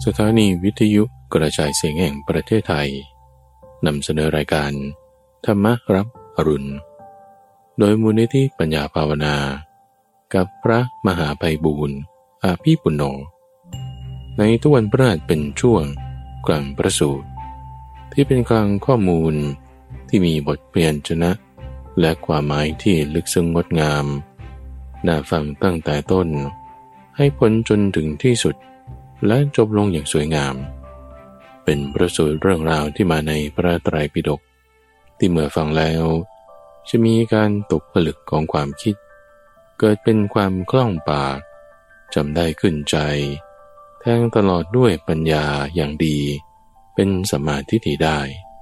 สถานีวิทยุกระจายเสียงแห่งประเทศไทยนำเสนอรายการธรรมรับอรุณโดยมูลนิธิปัญญาภาวนากับพระมหาไพบูลย์อาภีปุณโญในทุกวันพฤหัสเป็นช่วงกลางประสูติที่เป็นกลางข้อมูลที่มีบทเปลี่ยนชนะและความหมายที่ลึกซึ้งงดงามน่าฟังตั้งแต่ต้นให้พ้นจนถึงที่สุดและจบลงอย่างสวยงามเป็นประสูติเรื่องราวที่มาในพระไตรปิฎกที่เมื่อฟังแล้วจะมีการตกผลึกของความคิดเกิดเป็นความคล่องปากจำได้ขึ้นใจแทงตลอดด้วยปัญญาอย่างดีเป็นสัมมาทิฏฐิได้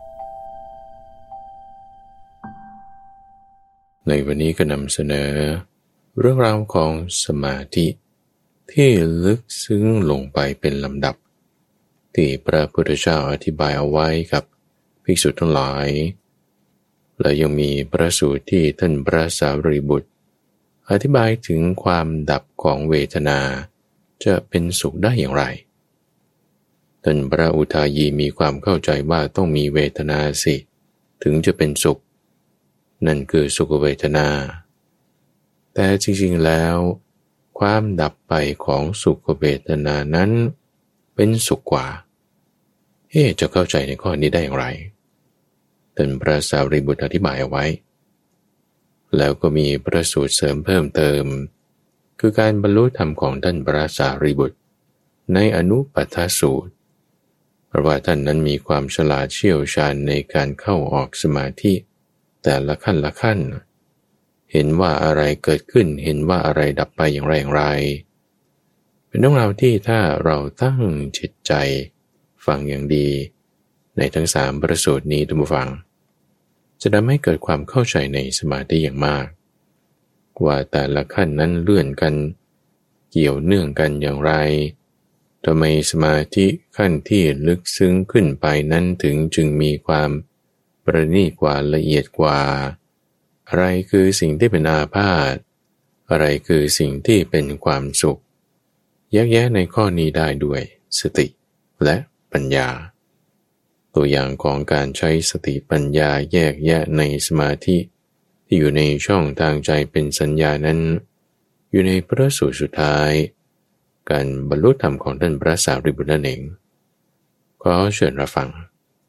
ในวันนี้ก็นำเสนอเรื่องราวของสมาธิที่ลึกซึ้งลงไปเป็นลำดับที่พระพุทธเจ้าอธิบายเอาไว้กับภิกษุทั้งหลายและยังมีพระสูตรที่ท่านพระสารีบุตรอธิบายถึงความดับของเวทนาจะเป็นสุขได้อย่างไรท่านพระอุทายีมีความเข้าใจว่าต้องมีเวทนาสิถึงจะเป็นสุขนั่นคือสุขเวทนาแต่จริงๆแล้วความดับไปของสุขเวทนานั้นเป็นสุขกว่าจะเข้าใจในข้อนี้ได้อย่างไรท่านพระสารีบุตรอธิบายเอาไว้แล้วก็มีพระสูตรเสริมเพิ่มเติมคือการบรรลุธรรมของท่านพระสารีบุตรในอนุปัฏฐสูตรเพราะว่าท่านนั้นมีความฉลาดเชี่ยวชาญในการเข้าออกสมาธิแต่ละขั้นละขั้นเห็นว่าอะไรเกิดขึ้นเห็นว่าอะไรดับไปอย่างไรอย่างไรเป็นเรื่องราวที่ถ้าเราตั้งจิตใจฟังอย่างดีในทั้งสามประสูตรนี้ท่านผู้ฟังจะทำให้เกิดความเข้าใจในสมาธิอย่างมากว่าแต่ละขั้นนั้นเลื่อนกันเกี่ยวเนื่องกันอย่างไรทำไมสมาธิขั้นที่ลึกซึ้งขึ้นไปนั้นถึงจึงมีความประณีตกว่าละเอียดกว่าอะไรคือสิ่งที่เป็นอาพาธอะไรคือสิ่งที่เป็นความสุขแยกแยะในข้อนี้ได้ด้วยสติและปัญญาตัวอย่างของการใช้สติปัญญาแยกแยะในสมาธิที่อยู่ในช่องทางใจเป็นสัญญานั้นอยู่ในพระสูตรสุดท้ายการบรรลุธรรมของท่านพระสารีบุตรนั่นเองขอเชิญรับฟัง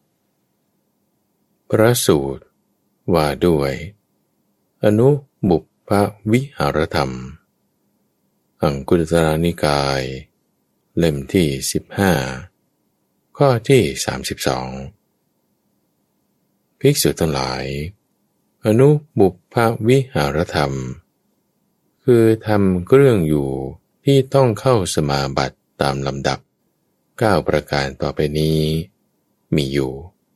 พระสูตรว่าด้วยอนุบุพพวิหารธรรมอังคุตรนิกายเล่มที่15ข้อที่32ภิกษุทั้งหลายอนุบุพพวิหารธรรมคือทำเครื่องอยู่ที่ต้องเข้าสมาบัติตามลำดับ9ประการต่อไปนี้มีอยู่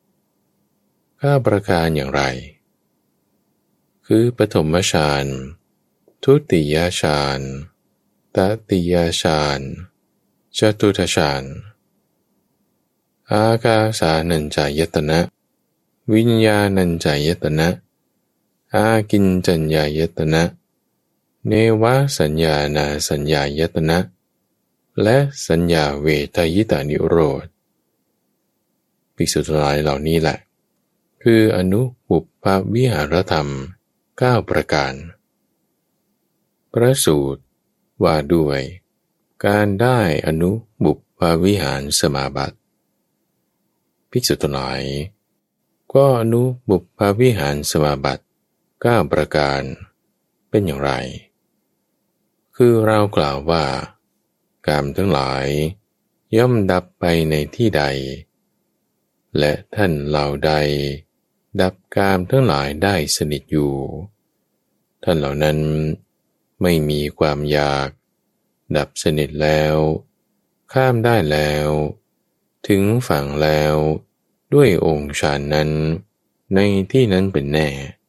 9ประการอย่างไรคือปฐมฌานทุติยฌานตติยฌานจตุตฌานอากาสานัญจายตนะวิญญาณัญจายตนะอากิญจัญญายตนะเนวสัญญานาสัญญายตนะและสัญญาเวทยิตานิโรธภิกษุทั้งหลายเหล่านี้แหละคืออนุบุพพวิหารธรรม9ประการพระสูตรว่าด้วยการได้อนุบุพพวิหารสมาบัติภิกษุทั้งหลายก็อนุบุพพวิหารสมาบัติ9ประการเป็นอย่างไรคือเรากล่าวว่ากามทั้งหลายย่อมดับไปในที่ใดและท่านเหล่าใดดับกามทั้งหลายได้สนิทอยู่ท่านเหล่านั้นไม่มีความอยากดับสนิทแล้วข้ามได้แล้วถึงฝั่งแล้วด้วยองค์ฌานนั้นในที่นั้นเป็นแน่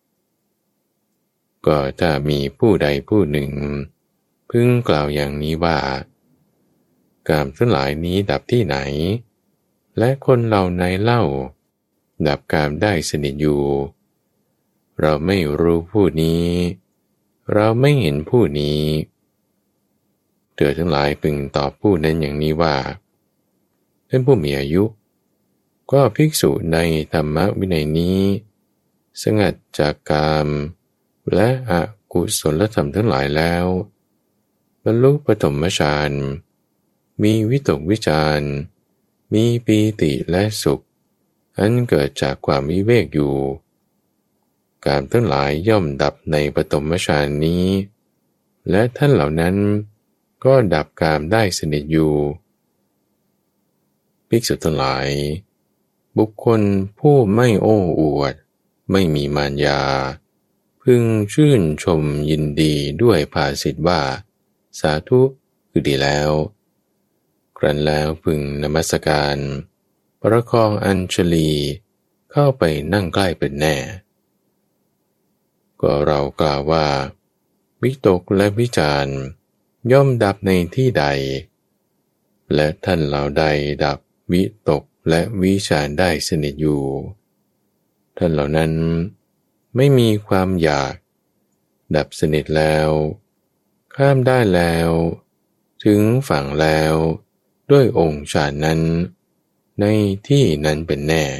ก็ถ้ามีผู้ใดผู้หนึ่งพึงกล่าวอย่างนี้ว่ากามทั้งหลายนี้ดับที่ไหนและคนเหล่าไหนเล่าดับกามได้สนิทอยู่เราไม่รู้ผู้นี้เราไม่เห็นผู้นี้เธอทั้งหลายพึงตอบผู้นั้นอย่างนี้ว่าท่านผู้มีอายุก็ภิกษุในธรรมวินัยนี้สงัดจากกามและอกุศลธรรมทั้งหลายแล้วบรรลุปฐมฌานมีวิตกวิจารมีปีติและสุขอันเกิดจากความวิเวกอยู่กามทั้งหลายย่อมดับในปฐมฌานนี้และท่านเหล่านั้นก็ดับกามได้สนิทอยู่ภิกษุทั้งหลายบุคคลผู้ไม่โอ้อวดไม่มีมารยาพึงชื่นชมยินดีด้วยภาษิตว่าสาธุคือดีแล้วครั้นแล้วพึงนมัสการประคองอัญชลีเข้าไปนั่งใกล้เป็นแน่ก็เรากล่าวว่าวิตกและวิจารย่อมดับในที่ใดและท่านเหล่าใดดับวิตกและวิจารได้สนิทอยู่ท่านเหล่านั้นไม่มีความอยากดับสนิทแล้วข้ามได้แล้วถึงฝั่งแล้วด้วยองค์ฌานนั้นในที่นั้นเป็นแน่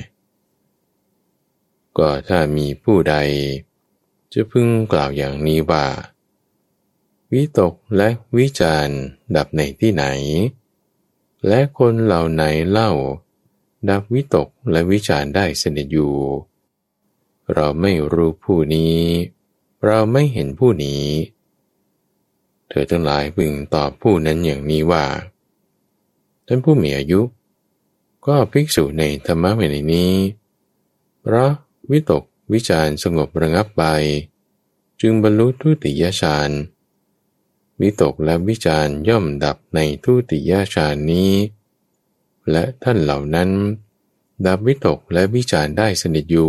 ก็ถ้ามีผู้ใดจะพึงกล่าวอย่างนี้ว่าวิตกและวิจารดับในที่ไหนและคนเหล่าไหนเล่าดับวิตกและวิจารได้สนิทอยู่เราไม่รู้ผู้นี้เราไม่เห็นผู้นี้เธอทั้งหลายพึงตอบผู้นั้นอย่างนี้ว่าท่านผู้มีอายุก็ภิกษุในธรรมวินัยนี้เพราะวิตกวิจารสงบระงับไปจึงบรรลุทุติยฌานวิตกและวิจารย่อมดับในทุติยฌานนี้และท่านเหล่านั้นดับวิตกและวิจารได้สนิทอยู่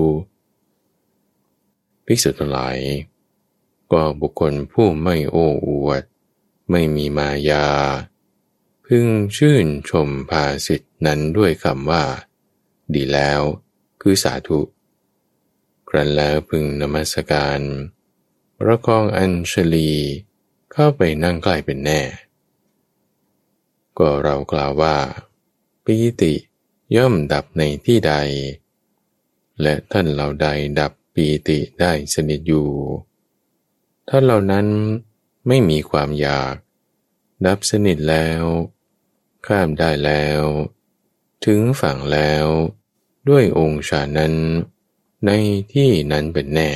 ภิกษุทั้งหลายก็บุคคลผู้ไม่โอ้อวดไม่มีมายาพึงชื่นชมภาษิตนั้นด้วยคำว่าดีแล้วคือสาธุครั้นแล้วพึงนมัสการประคองอัญชลีเข้าไปนั่งใกล้เป็นแน่ก็เรากล่าวว่าปีติย่อมดับในที่ใดและท่านเหล่าใดดับปีติได้สนิทอยู่ท่านเหล่านั้นไม่มีความอยากดับสนิทแล้วข้ามได้แล้วถึงฝั่งแล้วด้วยองค์ฌานนั้นในที่นั้นเป็นแน่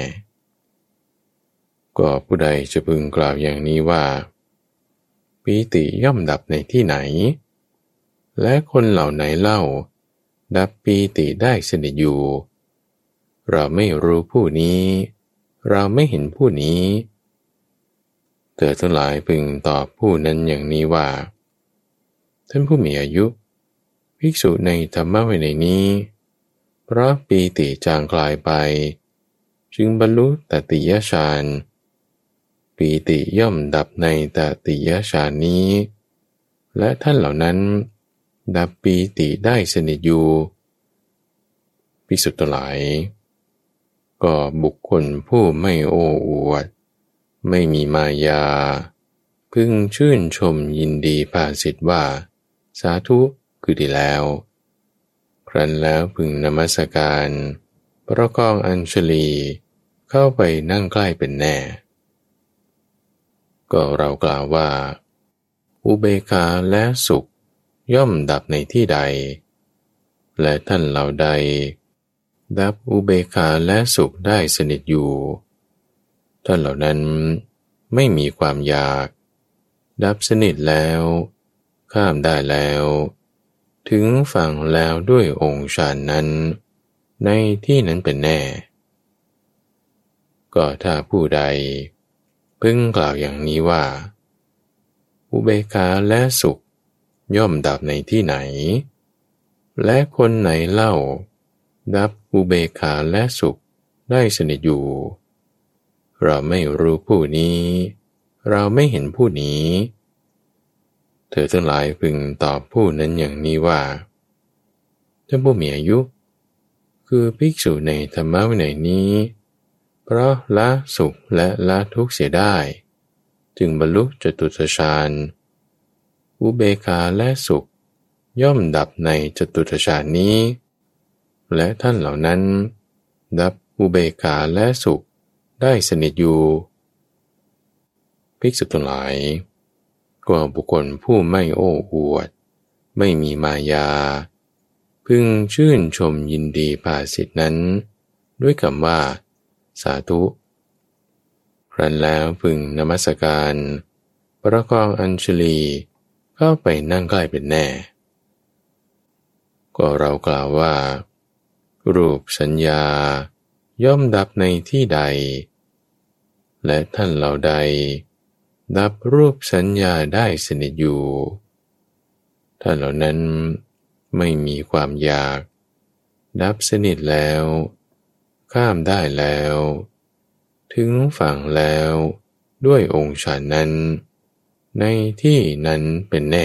ก็ผู้ใดจะพึงกล่าวอย่างนี้ว่าปีติย่อมดับในที่ไหนและคนเหล่าไหนเล่าดับปีติได้สนิทอยู่เราไม่รู้ผู้นี้เราไม่เห็นผู้นี้เธอทั้งหลายพึงตอบผู้นั้นอย่างนี้ว่าท่านผู้มีอายุภิกษุในธรรมวินัยนี้เพราะปีติจางคลายไปจึงบรรลุตติยฌานปีติย่อมดับในตติยฌานนี้และท่านเหล่านั้นดับปีติได้สนิทอยู่ภิกษุทั้งหลายก็บุคคลผู้ไม่โอ้อวดไม่มีมายาพึงชื่นชมยินดีภาษิตว่าสาธุคือดีแล้วครั้นแล้วพึงนมัสการประคองอัญชลีเข้าไปนั่งใกล้เป็นแน่ก็เรากล่าวว่าอุเบกขาและสุขย่อมดับในที่ใดและท่านเหล่าใดดับอุเบกขาและสุขได้สนิทอยู่ท่านเหล่านั้นไม่มีความอยากดับสนิทแล้วข้ามได้แล้วถึงฝั่งแล้วด้วยองค์ฌานนั้นในที่นั้นเป็นแน่ก็ถ้าผู้ใดพึงกล่าวอย่างนี้ว่าอุเบกขาและสุขย่อมดับในที่ไหนและคนไหนเล่าดับอุเบกขาและสุขได้สนิทอยู่เราไม่รู้ผู้นี้เราไม่เห็นผู้นี้เธอทั้งหลายพึงตอบผู้นั้นอย่างนี้ว่าท่านผู้มีอายุคือภิกษุในธรรมวินัยนี้เพราะละสุขและละทุกข์เสียได้จึงบรรลุจตุตฌานอุเบกขาและสุขย่อมดับในจตุตฌานนี้และท่านเหล่านั้นดับอุเบกขาและสุขได้สนิทอยู่ภิกษุทั้งหลายก็บุคคลผู้ไม่โอ้อวดไม่มีมายาพึงชื่นชมยินดีภาสิทธินั้นด้วยคำว่าสาธุครั้นแล้วพึงนมัสการประคองอัญชลีเข้าไปนั่งใกล้เป็นแน่ก็เรากล่าวว่ารูปสัญญาย่อมดับในที่ใดและท่านเหล่าใดดับรูปสัญญาได้สนิทอยู่ท่านเหล่านั้นไม่มีความอยากดับสนิทแล้วข้ามได้แล้วถึงฝั่งแล้วด้วยองค์ฌานนั้นในที่นั้นเป็นแน่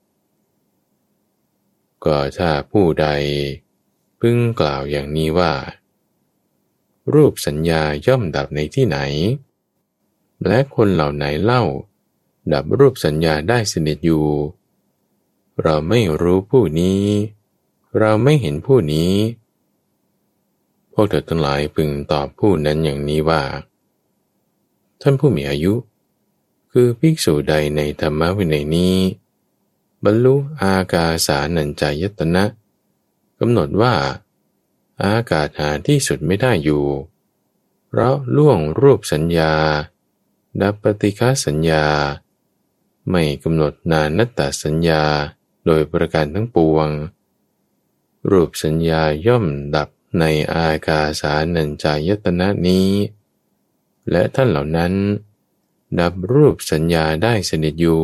ก็ถ้าผู้ใดพึงกล่าวอย่างนี้ว่ารูปสัญญาย่อมดับในที่ไหนและคนเหล่าไหนเล่าดับรูปสัญญาได้สนิทอยู่เราไม่รู้ผู้นี้เราไม่เห็นผู้นี้พวกเธอทั้งหลายพึงตอบผู้นั้นอย่างนี้ว่าท่านผู้มีอายุคือภิกษุใดในธรรมวินัยนี้บรรลุอากาสานัญจายตนะกำหนดว่าอากาศหาที่สุดไม่ได้อยู่เพราะล่วงรูปสัญญาดับปฏิฆาสัญญาไม่กำหนดนานัตตสัญญาโดยประการทั้งปวงรูปสัญญาย่อมดับในอากาสานัญจายตนะนี้และท่านเหล่านั้นดับรูปสัญญาได้สนิทอยู่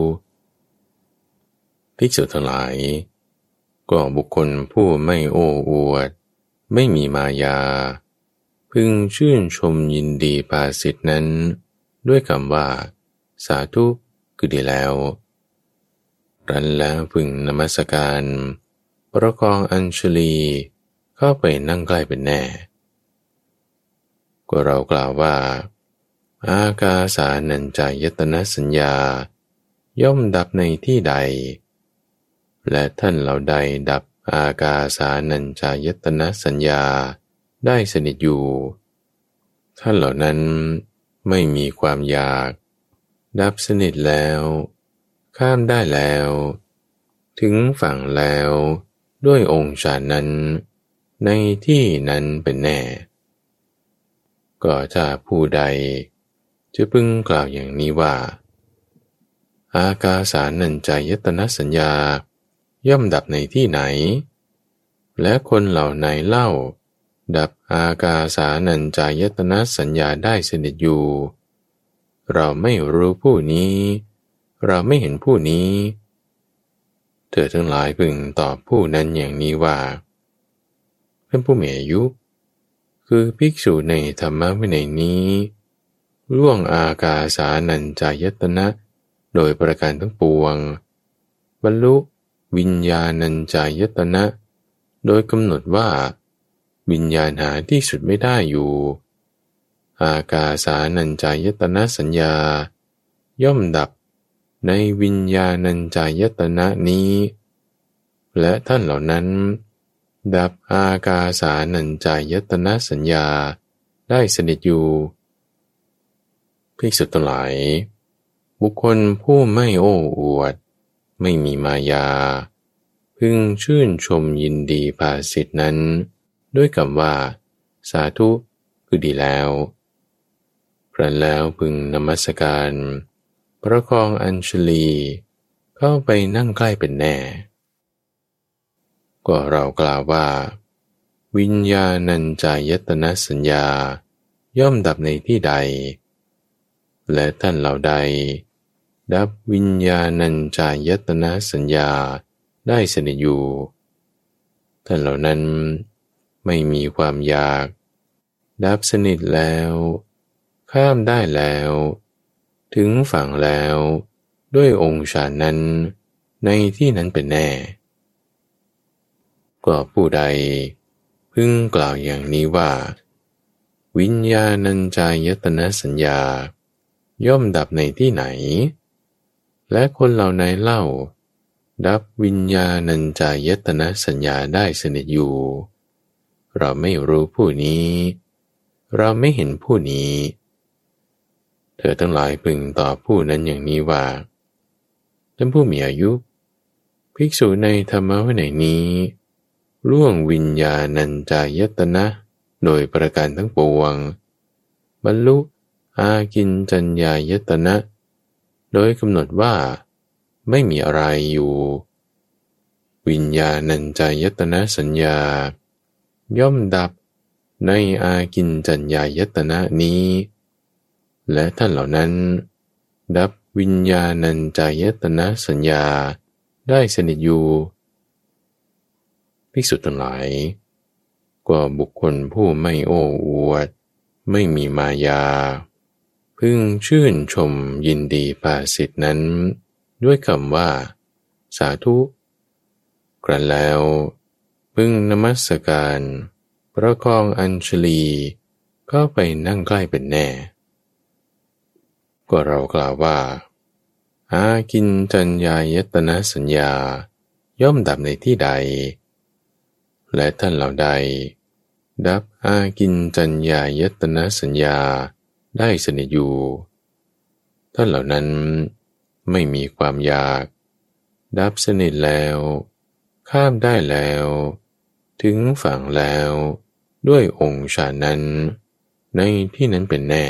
ภิกษุทั้งหลายก็บุคคลผู้ไม่โอ้อวดไม่มีมายาพึงชื่นชมยินดีภาสิทธินั้นด้วยคำว่าสาธุคือดีแล้วรันแล้วพึงนมัสการประคองอัญชลีเข้าไปนั่งใกล้เป็นแน่ก็เรากล่าวว่าอากาสานัญจายตนะสัญญาย่อมดับในที่ใดและท่านเหล่าใดดับอากาสานัญจายตนะสัญญาได้สนิทอยู่ท่านเหล่านั้นไม่มีความอยากดับสนิทแล้วข้ามได้แล้วถึงฝั่งแล้วด้วยองค์ฌานนั้นในที่นั้นเป็นแน่ก็ถ้าผู้ใดจะพึงกล่าวอย่างนี้ว่าอากาสานัญจายตนะสัญญาย่อมดับในที่ไหนและคนเหล่าไหนเล่าดับอากาสานัญจายตนะสัญญาได้สนิทอยู่เราไม่รู้ผู้นี้เราไม่เห็นผู้นี้เธอทั้งหลายพึงตอบผู้นั้นอย่างนี้ว่าท่านผู้มีอายุคือภิกษุในธรรมวินัยนี้ล่วงอากาสานัญจายตนะโดยประการทั้งปวงบรรลุวิญญาณัญจายตนะโดยกำหนดว่าวิญญาณหาที่สุดไม่ได้อยู่อากาสานัญจายตนะสัญญาย่อมดับในวิญญาณัญจายตนะนี้และท่านเหล่านั้นดับอากาสานัญจายตนะสัญญาได้สนิทอยู่ภิกษุทั้งหลายบุคคลผู้ไม่โอ้อวดไม่มีมายาพึงชื่นชมยินดีภาสิทธินั้นด้วยคำว่าสาธุคือดีแล้วครั้นแล้วพึงนมัสการประคองอัญชลีเข้าไปนั่งใกล้เป็นแน่ก็เรากล่าวว่าวิญญาณัญจายตนะสัญญาย่อมดับในที่ใดและท่านเหล่าใดดับวิญญาณัญจายตนะสัญญาได้สนิทอยู่ท่านเหล่านั้นไม่มีความอยากดับสนิทแล้วข้ามได้แล้วถึงฝั่งแล้วด้วยองค์ฌานนั้นในที่นั้นเป็นแน่ก็ผู้ใดพึงกล่าวอย่างนี้ว่าวิญญาณัญจายตนะสัญญาย่อมดับในที่ไหนและคนเหล่าไหนเล่าดับวิญญาณัญจายตนะสัญญาได้สนิทอยู่เราไม่รู้ผู้นี้เราไม่เห็นผู้นี้เธอทั้งหลายพึงตอบผู้นั้นอย่างนี้ว่าท่านผู้มีอายุภิกษุในธรรมวินัยนี้ล่วงวิญญาณัญจายตนะโดยประการทั้งปวงบรรลุอากินจัญญายตนะโดยกำหนดว่าไม่มีอะไรอยู่วิญญาณัญจายตนะสัญญาย่อมดับในอากินจัญญายตนะนี้และท่านเหล่านั้นดับวิญญาณัญจายตนะสัญญาได้สนิทอยู่ภิกษุทั้งหลายก็บุคคลผู้ไม่โอ้อวดไม่มีมายาพึงชื่นชมยินดีภาสิทธินั้นด้วยคำว่าสาธุกระแล้วพึงนมัสการประคองอัญชลีก็ไปนั่งใกล้เป็นแน่ก็เรากล่าวว่าอากินจัญญายตนะสัญญาย่อมดับในที่ใดและท่านเหล่าใดดับอากินจัญญายตนะสัญญาได้สนิทอยู่ท่านเหล่านั้นไม่มีความอยากดับสนิทแล้วข้ามได้แล้วถึงฝั่งแล้วด้วยองค์ฌานนั้นในที่นั้นเป็นแน่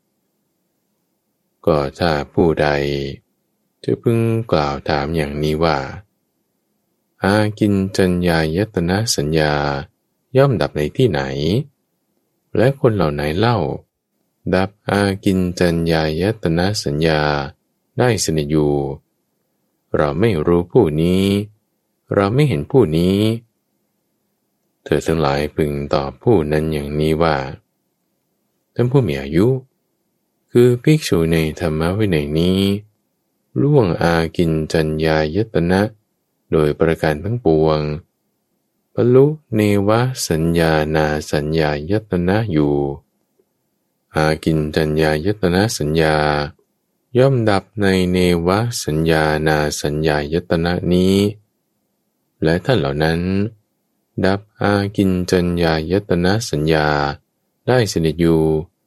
ก็ถ้าผู้ใดจะพึงกล่าวถามอย่างนี้ว่าอากินจัญญายตนะสัญญาย่อมดับในที่ไหนและคนเหล่าไหนเล่าดับอากินจัญญายตนะสัญญาได้สนิทอยู่เราไม่รู้ผู้นี้เราไม่เห็นผู้นี้เธอทั้งหลายพึงตอบผู้นั้นอย่างนี้ว่าท่านผู้มีอายุคือภิกษุในธรรมวินัยนี้ล่วงอากินจัญญายตนะโดยประการทั้งปวงบรรลุเนวสัญญานาสัญญายตนะอยู่อากินจัญญายตนะสัญญาย่อมดับในเนวสัญญานาสัญญายตนะนี้และท่านเหล่านั้นดับอากินจัญญายตนะสัญญาได้สนิทอยู่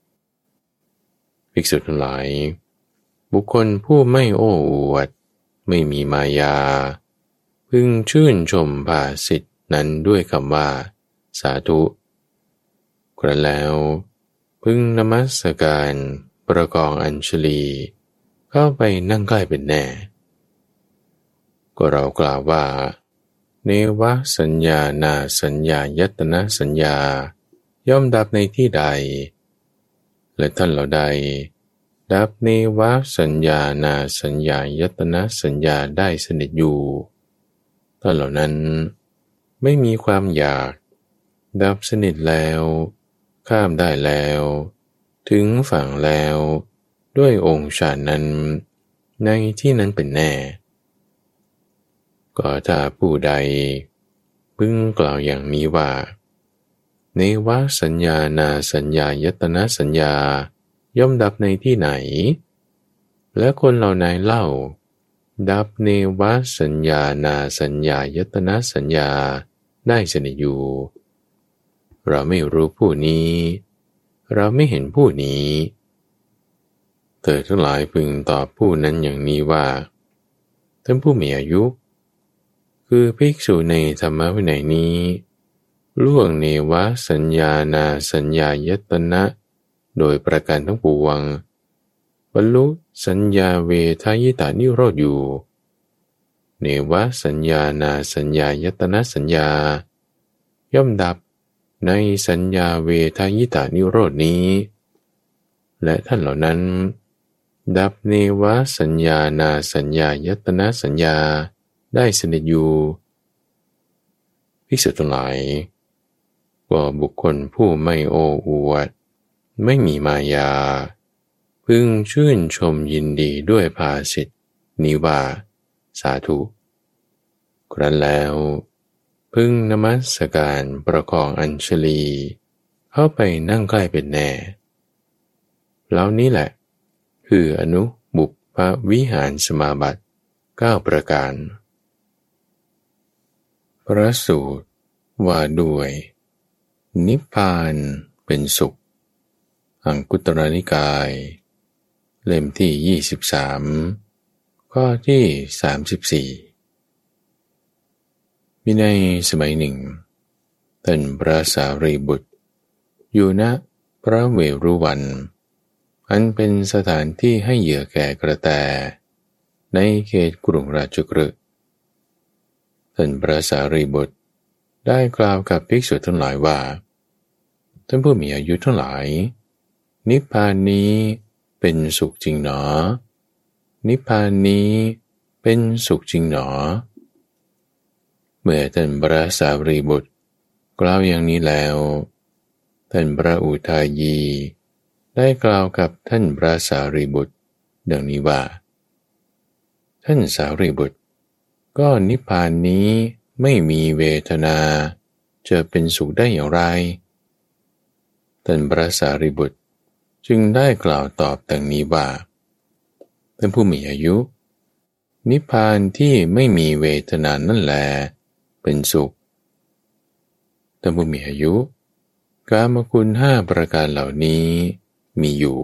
ภิกษุทั้งหลายบุคคลผู้ไม่โอ้อวดไม่มีมายาพึงชื่นชมภาสิทธินั้นด้วยคำว่าสาธุกระแล้วพึงนมัสการประคองอัญชลีเข้าไปนั่งใกล้เป็นแน่ก็เรากล่าวว่าเนวสัญญานาสัญญายตนะสัญญาย่อมดับในที่ใดและท่านเหล่าใดดับเนวสัญญานาสัญญายตนะสัญญาได้สนิทอยู่ท่านเหล่านั้นไม่มีความอยากดับสนิทแล้วข้ามได้แล้วถึงฝั่งแล้วด้วยองค์ฌานนั้นในที่นั้นเป็นแน่ก็ถ้าผู้ใดพึงกล่าวอย่างนี้ว่าเนวสัญญานาสัญญายตนะสัญญาย่อมดับในที่ไหนและคนเหล่าไหนเล่าดับเนวสัญญานาสัญญายตนะสัญญาได้สนิทอยู่เราไม่รู้ผู้นี้เราไม่เห็นผู้นี้เธอทั้งหลายพึงตอบผู้นั้นอย่างนี้ว่าท่านผู้มีอายุคือภิกษุในธรรมวินัยนี้ล่วงเนวสัญญานาสัญญายตนะโดยประการทั้งปวงบรรลุสัญญาเวทายตานิโรธอยู่เนวสัญญานาสัญญายตนะสัญญาย่อมดับในสัญญาเวทายตานิโรธนี้และท่านเหล่านั้นดับเนวสัญญานาสัญญายตนะสัญญาได้สนิทอยู่ภิกษุทั้งหลายก็บุคคลผู้ไม่โอ้อวดไม่มีมายาพึงชื่นชมยินดีด้วยภาสิทธินี้ว่าสาธุครั้นแล้วพึงนมัสการประคองอัญชลีเข้าไปนั่งใกล้เป็นแน่แล้วนี้แหละคืออนุบุพวิหารสมาบัติ9ประการพระสูตรว่าด้วยนิพพานเป็นสุขอังคุตรนิกายเล่มที่23ข้อที่34มีในสมัยหนึ่งท่านพระสารีบุตรอยู่ณพระเวรุวันอันเป็นสถานที่ให้เหยื่อแก่กระแตในเขตกรุงราชคฤห์ท่านพระสารีบุตรได้กล่าวกับภิกษุทั้งหลายว่าท่านผู้มีอายุทั้งหลายนิพพานนี้เป็นสุขจริงหนอนิพพานนี้เป็นสุขจริงหนอเมื่อท่านพระสารีบุตรกล่าวอย่างนี้แล้วท่านพระอุทายีได้กล่าวกับท่านพระสารีบุตรดังนี้ว่าท่านสารีบุตรก็นิพพานนี้ไม่มีเวทนาจะเป็นสุขได้อย่างไรท่านพระสารีบุตรจึงได้กล่าวตอบดังนี้ว่าท่านผู้มีอายุนิพพานที่ไม่มีเวทนานั่นแลเป็นสุขท่านผู้มีอายุกามคุณ5ประการเหล่านี้มีอยู่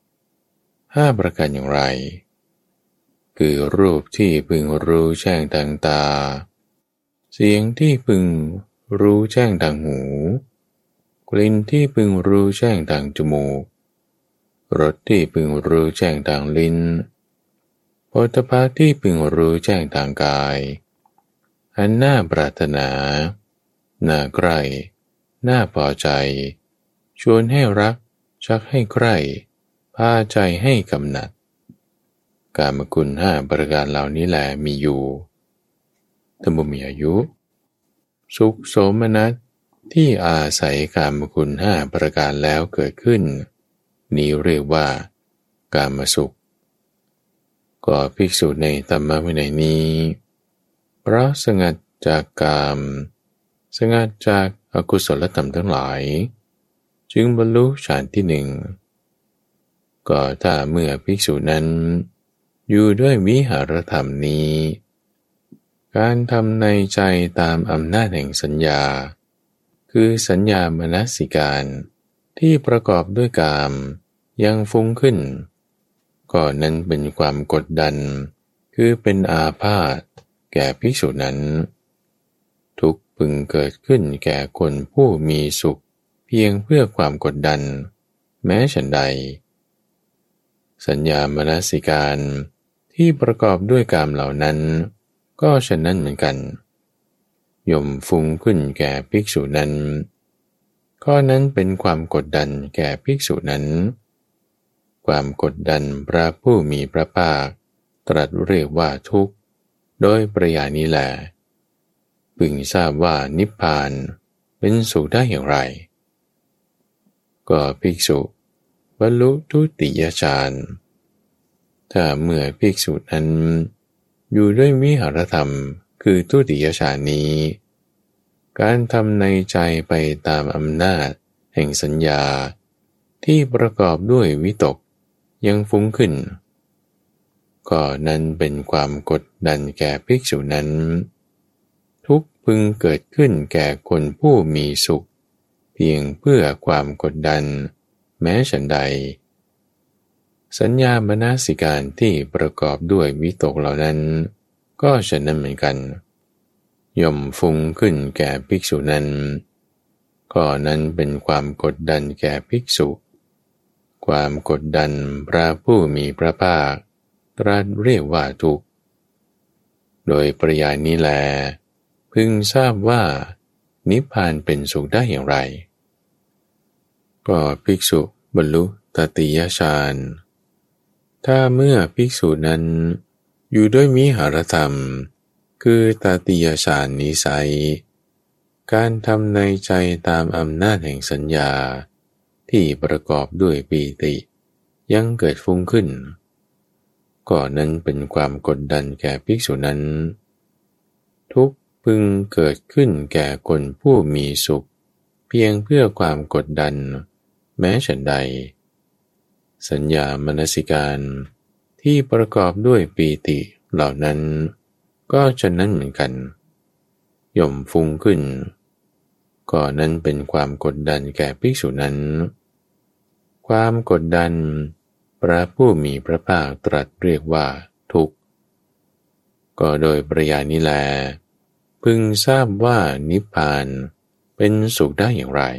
5ประการอย่างไรคือรูปที่พึงรู้แจ้งทางตาเสียงที่พึงรู้แจ้งทางหูกลิ่นที่พึงรู้แจ้งทางจมูกรสที่พึงรู้แจ้งทางลิ้นโผฏฐัพพะที่พึงรู้แจ้งทางกายอันน่าปรารถนาน่าใคร่น่าพอใจชวนให้รักชักให้ใคร่พาใจให้กำหนัดกามคุณ5ประการเหล่านี้แหละมีอยู่ท่านผู้มีอายุสุขโสมนัสที่อาศัยกามคุณ5ประการแล้วเกิดขึ้นนี้เรียกว่ากามสุขก็ภิกษุในธรรมวินัยนี้เพราะสงัดจากกามสงัดจากอกุศลธรรมทั้งหลายจึงบรรลุฌานที่หนึ่งก็ถ้าเมื่อภิกษุนั้นอยู่ด้วยวิหารธรรมนี้การทำในใจตามอำนาจแห่งสัญญาคือสัญญามนสิการที่ประกอบด้วยกามยังฟุ้งขึ้นก็นั้นเป็นความกดดันคือเป็นอาพาธแก่ภิกษุนั้นทุกข์พึงเกิดขึ้นแก่คนผู้มีสุขเพียงเพื่อความกดดันแม้ฉันใดสัญญามนสิการที่ประกอบด้วยกามเหล่านั้นก็ฉะนั้นเหมือนกันย่อมฟุ้งขึ้นแก่ภิกษุนั้นข้อนั้นเป็นความกดดันแก่ภิกษุนั้นความกดดันพระผู้มีพระภาคตรัสเรียกว่าทุกข์โดยปริยายนี้แลพึงทราบว่านิพพานเป็นสุขได้อย่างไรก็ภิกษุบรรลุทุติยฌานถ้าเมื่อภิกษุนั้นอยู่ด้วยวิหารธรรมคือทุติยฌานนี้การทำในใจไปตามอำนาจแห่งสัญญาที่ประกอบด้วยวิตกยังฟุ้งขึ้นก็นั้นเป็นความกดดันแก่ภิกษุนั้นทุกข์พึงเกิดขึ้นแก่คนผู้มีสุขเพียงเพื่อความกดดันแม้ฉันใดสัญญามนสิการที่ประกอบด้วยวิตกเหล่านั้นก็ฉะนั้นเหมือนกันย่อมฟุ้งขึ้นแก่ภิกษุนั้นก็นั้นเป็นความกดดันแก่ภิกษุความกดดันพระผู้มีพระภาคตรัสเรียกว่าทุกข์โดยปริยายนี้แลพึงทราบว่านิพพานเป็นสุขได้อย่างไรก็ภิกษุบรรลุตติยฌานถ้าเมื่อภิกษุนั้นอยู่ด้วยวิหารธรรมคือตติยฌานนิสัยการทำในใจตามอำนาจแห่งสัญญาที่ประกอบด้วยปีติยังเกิดฟุ้งขึ้นก็นั้นเป็นความกดดันแก่ภิกษุนั้นทุกข์พึงเกิดขึ้นแก่คนผู้มีสุขเพียงเพื่อความกดดันแม้ฉันใดสัญญามนสิการที่ประกอบด้วยปีติเหล่านั้นก็ฉะนั้นเหมือนกันย่อมฟุ้งขึ้นก็นั้นเป็นความกดดันแก่ภิกษุนั้นความกดดันพระผู้มีพระภาคตรัสเรียกว่าทุกข์ก็โดยปริยายนี้แลพึงทราบว่านิพพานเป็นสุขได้อย่างไร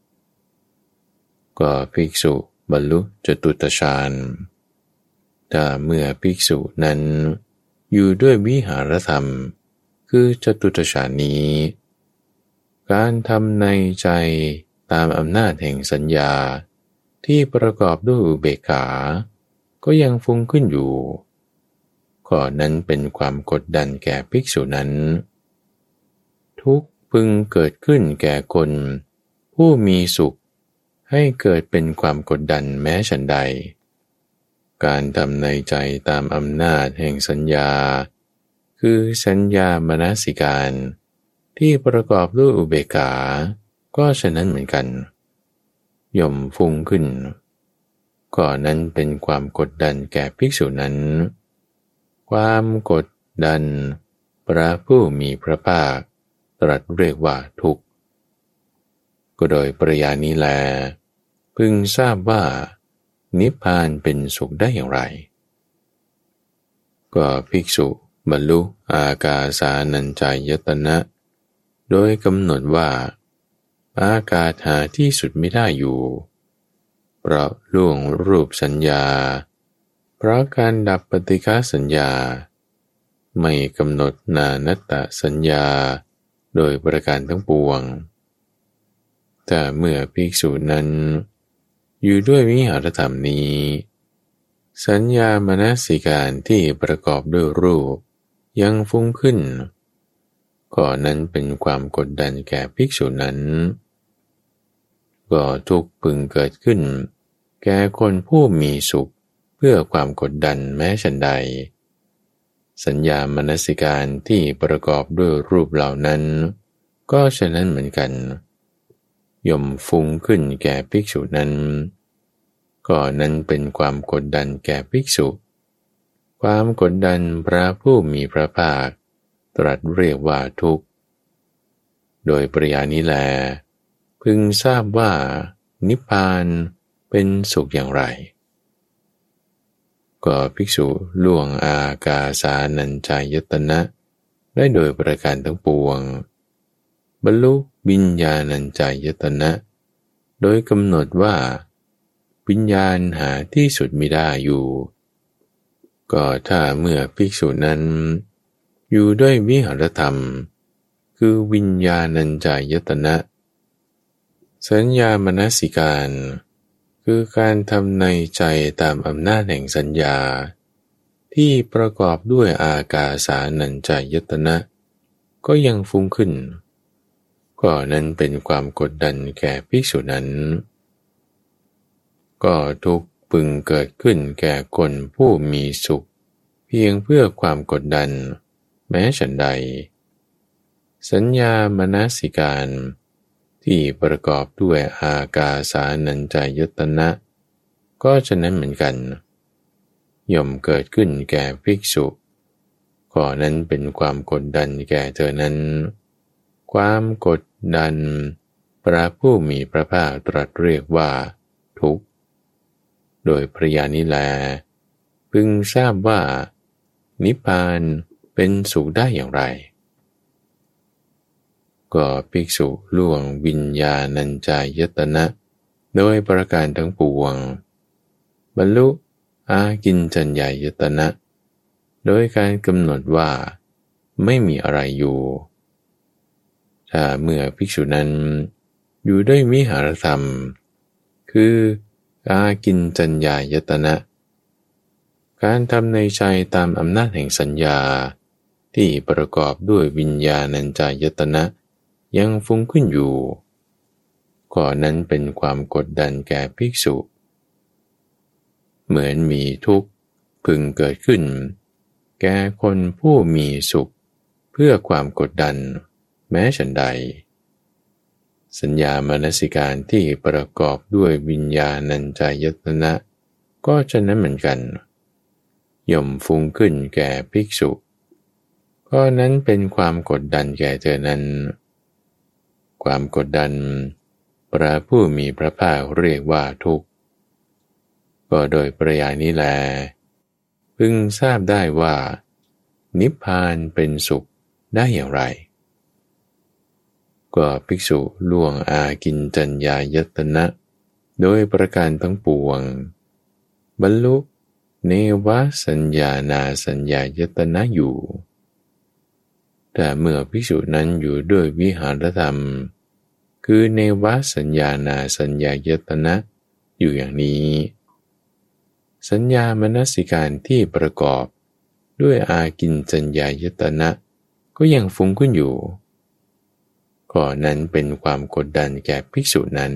ก็ภิกษุบรรลุจตุตฌานถ้าเมื่อภิกษุนั้นอยู่ด้วยวิหารธรรมคือจตุตฌานนี้การทำในใจตามอำนาจแห่งสัญญาที่ประกอบด้วยอุเบกขาก็ยังฟุ้งขึ้นอยู่ข้อนั้นเป็นความกดดันแก่ภิกษุนั้นทุกข์พึงเกิดขึ้นแก่คนผู้มีสุขให้เกิดเป็นความกดดันแม้ฉันใดการทำในใจตามอำนาจแห่งสัญญาคือสัญญามนสิการที่ประกอบด้วยอุเบกขาก็ฉะนั้นเหมือนกันย่อมฟุ้งขึ้นข้อนั้นเป็นความกดดันแก่ภิกษุนั้นความกดดันพระผู้มีพระภาคตรัสเรียกว่าทุกข์ก็โดยปริยายนี้แลพึงทราบว่านิพพานเป็นสุขได้อย่างไรก็ภิกษุบรรลุอากาสานัญจายตนะโดยกำหนดว่าอากาศหาที่สุดไม่ได้อยู่เพราะล่วงรูปสัญญาเพราะการดับปฏิฆาสัญญาไม่กำหนดนานัตตสัญญาโดยประการทั้งปวงแต่เมื่อภิกษุนั้นอยู่ด้วยวิหารธรรมนี้สัญญามนสิการที่ประกอบด้วยรูปยังฟุ้งขึ้นก็นั้นเป็นความกดดันแก่ภิกษุนั้นก็ทุกข์พึงเกิดขึ้นแก่คนผู้มีสุขเพื่อความกดดันแม้ฉันใดสัญญามนสิการที่ประกอบด้วยรูปเหล่านั้นก็ฉะนั้นเหมือนกันย่อมฟุ้งขึ้นแก่ภิกษุนั้นก็นั้นเป็นความกดดันแก่ภิกษุความกดดันพระผู้มีพระภาคตรัสเรียกว่าทุกข์โดยปริยายนี้แลพึงทราบว่านิพพานเป็นสุขอย่างไรก็ภิกษุล่วงอากาสานัญจายตนะได้โดยประการทั้งปวงบรรลุวิญญาณัญจายตนะโดยกำหนดว่าวิญญาณหาที่สุดมิได้อยู่ก็ถ้าเมื่อภิกษุนั้นอยู่ด้วยวิหารธรรมคือวิญญาณัญจายตนะสัญญามนสิการคือการทำในใจตามอำนาจแห่งสัญญาที่ประกอบด้วยอากาสานัญจายตนะก็ยังฟุ้งขึ้นก็นั้นเป็นความกดดันแก่ภิกษุนั้นก็ทุกข์พึงเกิดขึ้นแก่คนผู้มีสุขเพียงเพื่อความกดดันแม้ฉันใดสัญญามนสิการที่ประกอบด้วยอากาสานัญจายตนะก็ฉะนั้นเหมือนกันย่อมเกิดขึ้นแก่ภิกษุก็นั้นเป็นความกดดันแก่เธอนั้นความกดดันพระผู้มีพระภาคตรัสเรียกว่าทุกข์โดยปริยายนี้แลพึงทราบว่านิพพานเป็นสุขได้อย่างไรก็ภิกษุล่วงวิญญาณัญจายตนะโดยประการทั้งปวงบรรลุอากินจัญญายตนะโดยการกำหนดว่าไม่มีอะไรอยู่ถ้าเมื่อภิกษุนั้นอยู่ด้วยวิหารธรรมคืออากินจัญญายตนะการทำในใจตามอำนาจแห่งสัญญาที่ประกอบด้วยวิญญาณัญจายตนะยังฟุ้งขึ้นอยู่ข้อนั้นเป็นความกดดันแก่ภิกษุเหมือนมีทุกข์พึงเกิดขึ้นแก่คนผู้มีสุขเพื่อความกดดันแม้ฉันใดสัญญามนสิการที่ประกอบด้วยวิญญาณัญจายตนะก็ฉะนั้นเหมือนกันย่อมฟุ้งขึ้นแก่ภิกษุก็นั้นเป็นความกดดันแก่เธอนั้นความกดดันพระผู้มีพระภาคเรียกว่าทุกข์ก็โดยปริยายนี้แลพึงทราบได้ว่านิพพานเป็นสุขได้อย่างไรก็ภิกษุล่วงอากินจัญญายตนะโดยประการทั้งปวงบรรลุเนวสัญญานาสัญญายตนะอยู่แต่เมื่อภิกษุนั้นอยู่ด้วยวิหารธรรมคือเนวสัญญานาสัญญายตนะอยู่อย่างนี้สัญญามนสิการที่ประกอบด้วยอากินจัญญายตนะก็ยังฟุ้งขึ้นอยู่ก็นั้นเป็นความกดดันแก่ภิกษุนั้น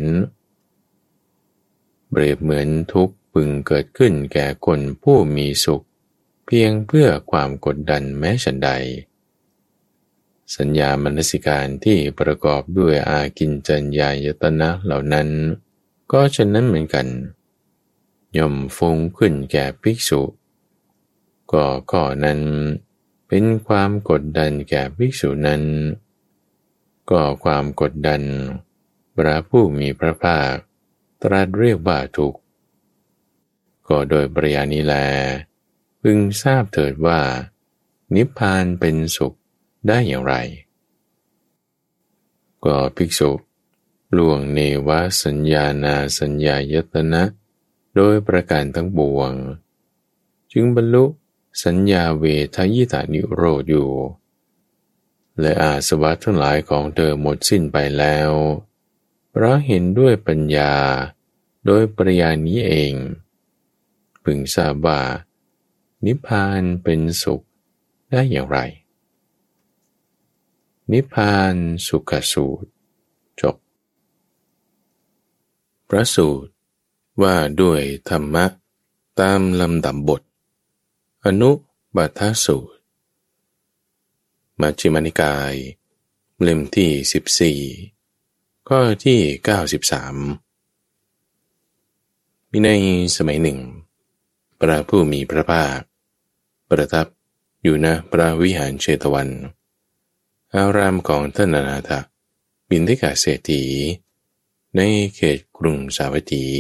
เปรียบเหมือนทุกข์พึงเกิดขึ้นแก่คนผู้มีสุขเพียงเพื่อความกดดันแม้ฉันใดสัญญามนสิการที่ประกอบด้วยอากินจัญญายตนะเหล่านั้นก็ฉะนั้นเหมือนกันย่อมฟุ้งขึ้นแก่ภิกษุก็ข้อนั้นเป็นความกดดันแก่ภิกษุนั้นก็ความกดดันพระผู้มีพระภาคตรัสเรียกว่าทุกข์ก็โดยปริยายนี้แลพึงทราบเถิดว่านิพพานเป็นสุขได้อย่างไรก็ภิกษุล่วงเนวสัญญานาสัญญายตนะโดยประการทั้งปวงจึงบรรลุสัญญาเวทยิตานิโรธอยู่และอาสวะทั้งหลายของเธอหมดสิ้นไปแล้วเพราะเห็นด้วยปัญญาโดยปริยายนี้เองพึงทราบว่านิพพานเป็นสุขได้อย่างไรนิพพานสุขสูตรจบพระสูตรว่าด้วยธรรมะตามลำดับบทอนุบัทสูตรมัชฌิมานิกายเล่มที่14ข้อที่93มีในสมัยหนึ่งพระผู้มีพระภาคประทับอยู่ณพระวิหารเชตวันอารามของท่านอนาถบิณฑิกเศรษฐีในเขตกรุงสาวัตถี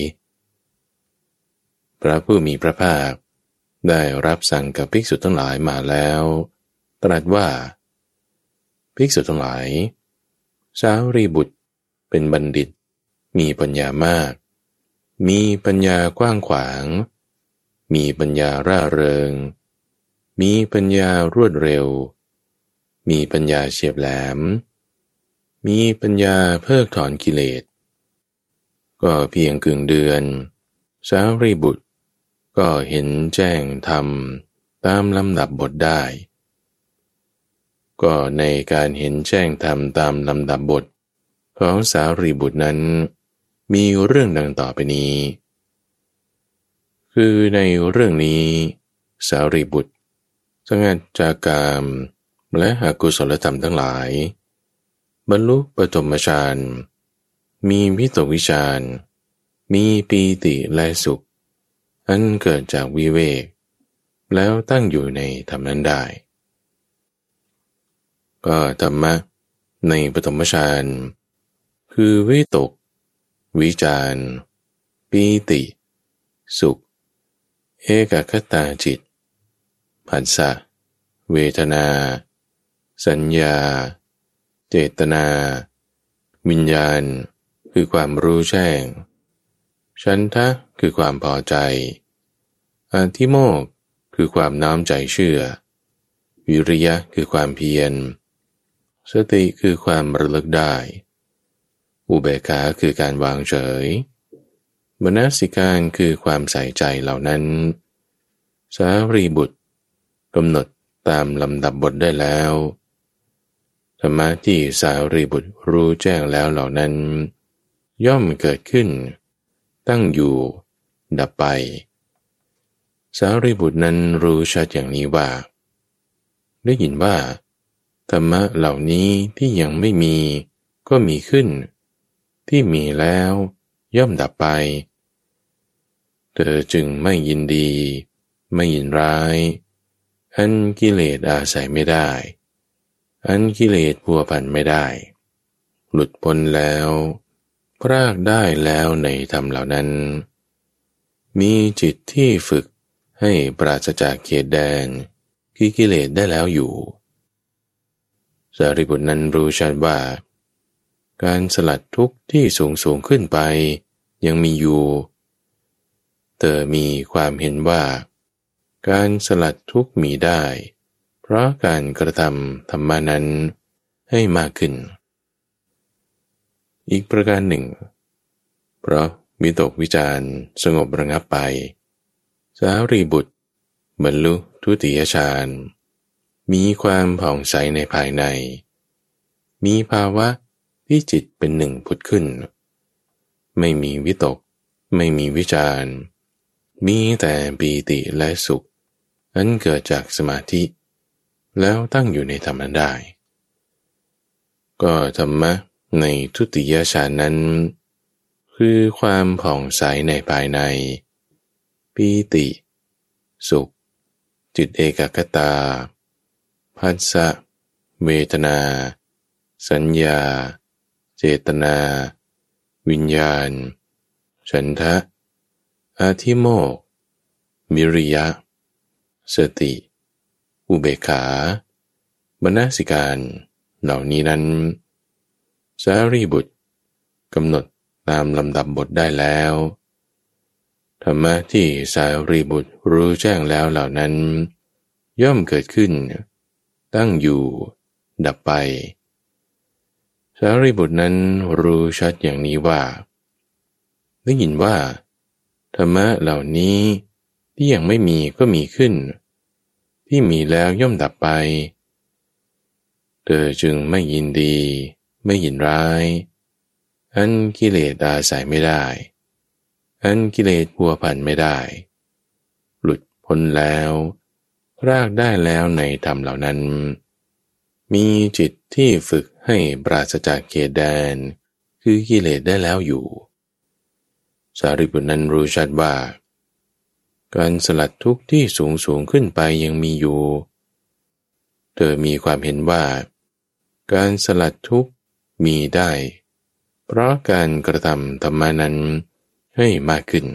พระผู้มีพระภาคได้รับสั่งกับภิกษุทั้งหลายมาแล้วตรัสว่าภิกษุทั้งหลายสารีบุตรเป็นบัณฑิตมีปัญญามากมีปัญญากว้างขวางมีปัญญาร่าเริงมีปัญญารวดเร็วมีปัญญาเฉียบแหลมมีปัญญาเพิกถอนกิเลสก็เพียงครึ่งเดือนสารีบุตรก็เห็นแจ้งธรรมตามลำดับบทได้ก็ในการเห็นแจ้งธรรมตามลำดับบทของสารีบุตรนั้นมีเรื่องดังต่อไปนี้คือในเรื่องนี้สารีบุตรสงัดจากกามและอกุศลธรรมทั้งหลายบรรลุปฐมฌานมีวิตกวิจารมีปีติและสุขอันเกิดจากวิเวกแล้วตั้งอยู่ในธรรมนั้นได้ก็ธรรมะในปฐมฌานคือวิตกวิจารปีติสุขเอกคตาจิตผัสสะเวทนาสัญญาเจตนาวิญญาณคือความรู้แจ้งฉันทะคือความพอใจอธิโมกข์คือความน้อมใจเชื่อวิริยะคือความเพียรสติคือความระลึกได้อุเบกขาคือการวางเฉยมนสิการคือความใส่ใจเหล่านั้นสารีบุตรกำหนดตามลำดับบทได้แล้วธรรมะที่สารีบุตรรู้แจ้งแล้วเหล่านั้นย่อมเกิดขึ้นตั้งอยู่ดับไปสารีบุตรนั้นรู้ชัดอย่างนี้ว่าได้ยินว่าธรรมะเหล่านี้ที่ยังไม่มีก็มีขึ้นที่มีแล้วย่อมดับไปเธอจึงไม่ยินดีไม่ยินร้ายอันกิเลสอาศัยไม่ได้อันกิเลสพัวพันไม่ได้หลุดพ้นแล้วพรากได้แล้วในธรรมเหล่านั้นมีจิตที่ฝึกให้ปราศจากเขตแดนคือกิเลสได้แล้วอยู่สารีบุตรนั้นรู้ชัดว่าการสลัดทุกข์ที่สูงขึ้นไปยังมีอยู่เธอมีความเห็นว่าการสลัดทุกข์มีได้เพราะการกระทำธรรมานั้นให้มากขึ้นอีกประการหนึ่งเพราะวิตกวิจารสงบระงับไปสารีบุตรบรรลุทุติยฌานมีความผ่องใสในภายในมีภาวะที่จิตเป็นหนึ่งผุดขึ้นไม่มีวิตกไม่มีวิจารมีแต่ปีติและสุขอันเกิดจากสมาธิแล้วตั้งอยู่ในธรรมนั้นได้ก็ธรรมะในทุติยฌานนั้นคือความผ่องใสในภายในปีติสุขจิตเอกคตาผัสสะเวทนาสัญญาเจตนาวิญญาณฉันทะอาทิโมกข์วิริยะสติอุเบกขามนสิการเหล่านี้นั้นสารีบุตรกำหนดตามลำดับบทได้แล้วธรรมะที่สารีบุตรรู้แจ้งแล้วเหล่านั้นย่อมเกิดขึ้นตั้งอยู่ดับไปสารีบุตรนั้นรู้ชัดอย่างนี้ว่าได้ยินว่าธรรมะเหล่านี้ที่ยังไม่มีก็มีขึ้นที่มีแล้วย่อมดับไปเธอจึงไม่ยินดีไม่ยินร้ายอันกิเลสอาศัยไม่ได้อันกิเลสพัวพันไม่ได้หลุดพ้นแล้วรากได้แล้วในธรรมเหล่านั้นมีจิตที่ฝึกให้ปราศจากเขตแดนคือกิเลสได้แล้วอยู่สารีบุตรนั้นรู้ชัดว่าการสลัดทุกข์ที่สูงขึ้นไปยังมีอยู่เธอมีความเห็นว่าการสลัดทุกข์มีได้เพราะการกระทำธรรมานั้นให้มากขึ้น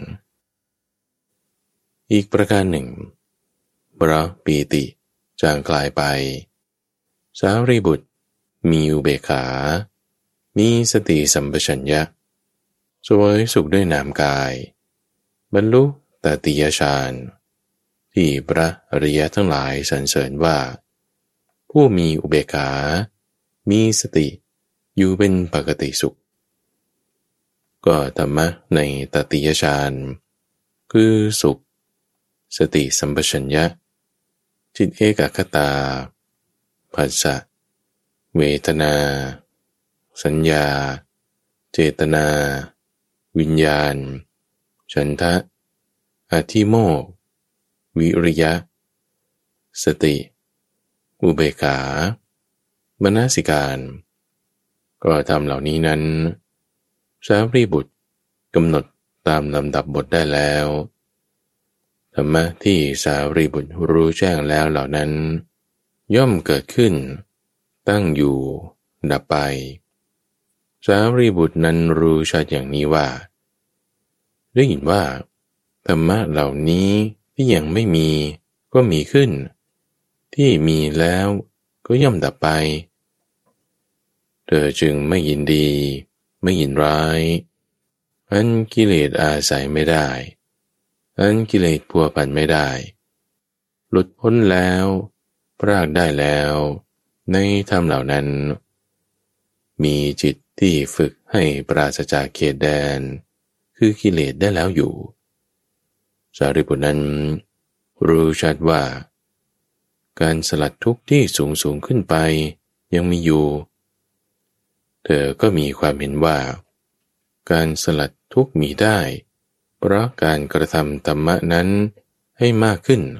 อีกประการหนึ่งเพราะปีติจางคลายไปสารีบุตรมีอุเบกขามีสติสัมปชัญญะสวยสุขด้วยนามกายบรรลุตติยฌานที่พระอริยทั้งหลายสรรเสริญว่าผู้มีอุเบกขามีสติอยู่เป็นปกติสุขก็ธรรมะในตติยฌานคือสุขสติสัมปชัญญะจิตเอกคตาผัสสะเวทนาสัญญาเจตนาวิญญาณฉันทะอาทิโมกข์วิริยะสติอุเบกขามนสิการก็ทำเหล่านี้นั้นสารีบุตรกำหนดตามลำดับบทได้แล้วธรรมะที่สารีบุตรรู้แจ้งแล้วเหล่านั้นย่อมเกิดขึ้นตั้งอยู่ดับไปสารีบุตรนั้นรู้ชัดอย่างนี้ว่าได้ยินว่าธรรมะเหล่านี้ที่ยังไม่มีก็มีขึ้นที่มีแล้วก็ย่อมดับไปเธอจึงไม่ยินดีไม่ยินร้ายอันกิเลสอาศัยไม่ได้อันกิเลสพัวพันไม่ได้หลุดพ้นแล้วพรากได้แล้วในธรรมเหล่านั้นมีจิตที่ฝึกให้ปราศจากเขตแดนคือกิเลสได้แล้วอยู่สารีบุตรนั้นรู้ชัดว่าการสลัดทุกข์ที่สูงขึ้นไปยังมีอยู่เธอก็มีความเห็นว่าการสลัดทุกข์มีได้เพราะการกระทำธรรมะนั้นให้มากขึ้น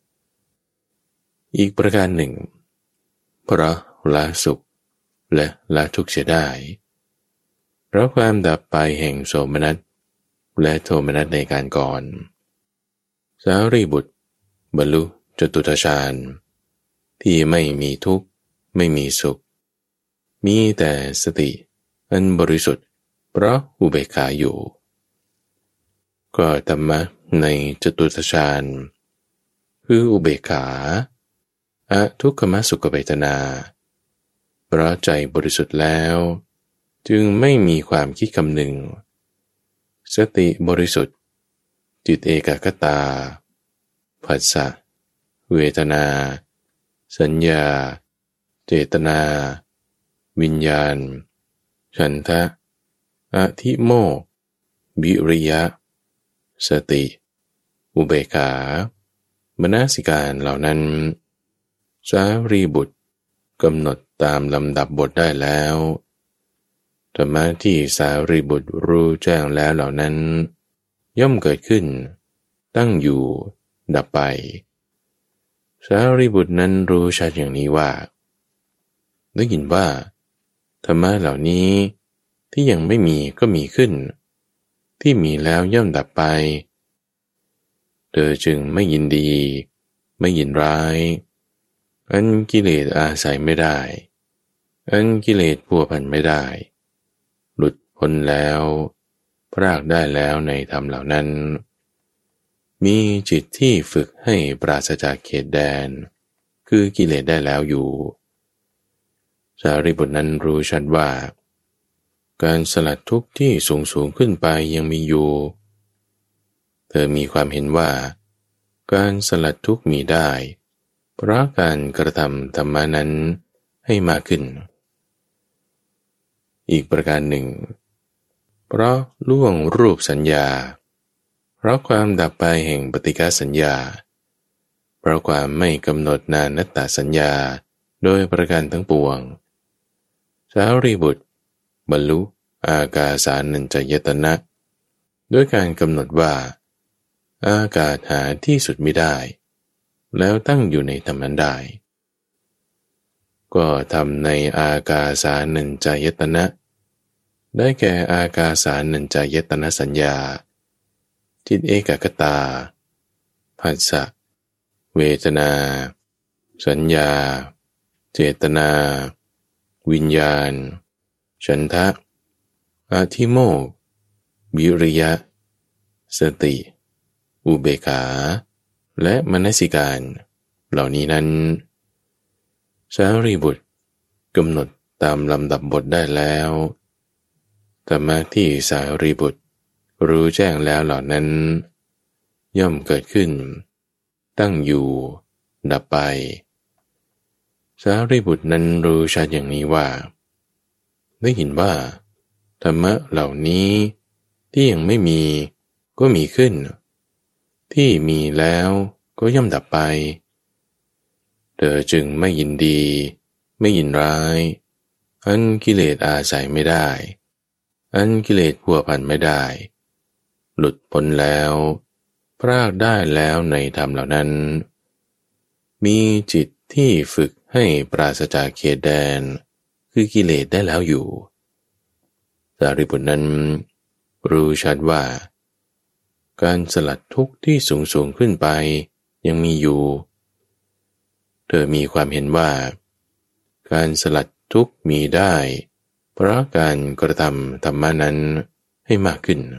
อีกประการหนึ่งเพราะละสุขและละทุกข์เสียได้เพราะความดับไปแห่งโสมนัสและโทมนัสในการก่อนสารีบุตรบรรลุจตุตฌานที่ไม่มีทุกข์ไม่มีสุขมีแต่สติอันบริสุทธิ์เพราะอุเบกขาอยู่ก็ธรรมะในจตุตฌานคืออุเบกขาอทุกขมสุขเวทนาเพราะใจบริสุทธิ์แล้วจึงไม่มีความคิดคำนึงสติบริสุทธิ์จิตเอกคตาผัสสะเวทนาสัญญาเจตนาวิญญาณฉันทะอธิโมกข์วิริยะสติอุเบกขามนสิการเหล่านั้นสารีบุตรกำหนดตามลำดับบทได้แล้วธรรมะที่สารีบุตรรู้แจ้งแล้วเหล่านั้นย่อมเกิดขึ้นตั้งอยู่ดับไปสารีบุตรนั้นรู้ชัดอย่างนี้ว่าได้ยินว่าธรรมะเหล่านี้ที่ยังไม่มีก็มีขึ้นที่มีแล้วย่อมดับไปเธอจึงไม่ยินดีไม่ยินร้ายอันกิเลสอาศัยไม่ได้อันกิเลสพัวพันไม่ได้หลุดพ้นแล้วพรากได้แล้วในธรรมเหล่านั้นมีจิตที่ฝึกให้ปราศจากเขตแดนคือกิเลสได้แล้วอยู่สารีบุตรนั้นรู้ชัดว่าการสลัดทุกข์ที่สูงขึ้นไปยังมีอยู่เธอมีความเห็นว่าการสลัดทุกข์มีได้เพราะการกระทำธรรมานั้นให้มากขึ้นอีกประการหนึ่งเพราะล่วงรูปสัญญาเพราะความดับไปแห่งปฏิฆาสัญญาเพราะความไม่กำหนดนานัตตสัญญาโดยประการทั้งปวงสารีบุตรบรรลุอากาสานัญจายตนะด้วยการกำหนดว่าอากาศหาที่สุดมิได้แล้วตั้งอยู่ในธรรมนั้นได้ก็ทำในอากาสานัญจายตนะได้แก่อากาสานัญจายตนะสัญญาจิตเอกคตาผัสสะเวทนาสัญญาเจตนาวิญญาณฉันทะอธิโมกข์วิริยะสติอุเบกขาและมนสิการเหล่านี้นั้นสารีบุตรกำหนดตามลำดับบทได้แล้วธรรมะที่สารีบุตรรู้แจ้งแล้วเหล่านั้นย่อมเกิดขึ้นตั้งอยู่ดับไปสารีบุตรนั้นรู้ชัดอย่างนี้ว่าได้เห็นว่าธรรมะเหล่านี้ที่ยังไม่มีก็มีขึ้นที่มีแล้วก็ย่อมดับไปเธอจึงไม่ยินดีไม่ยินร้ายอันกิเลสอาศัยไม่ได้อันกิเลสพัวพันไม่ได้หลุดพ้นแล้วพรากได้แล้วในธรรมเหล่านั้นมีจิตที่ฝึกให้ปราศจากเขตแดนคือกิเลสได้แล้วอยู่สารีบุตรนั้นรู้ชัดว่าการสลัดทุกข์ที่สูงขึ้นไปยังมีอยู่เธอมีความเห็นว่าการสลัดทุกข์มีได้เพราะการกระทำธรรมานั้นให้มากขึ้น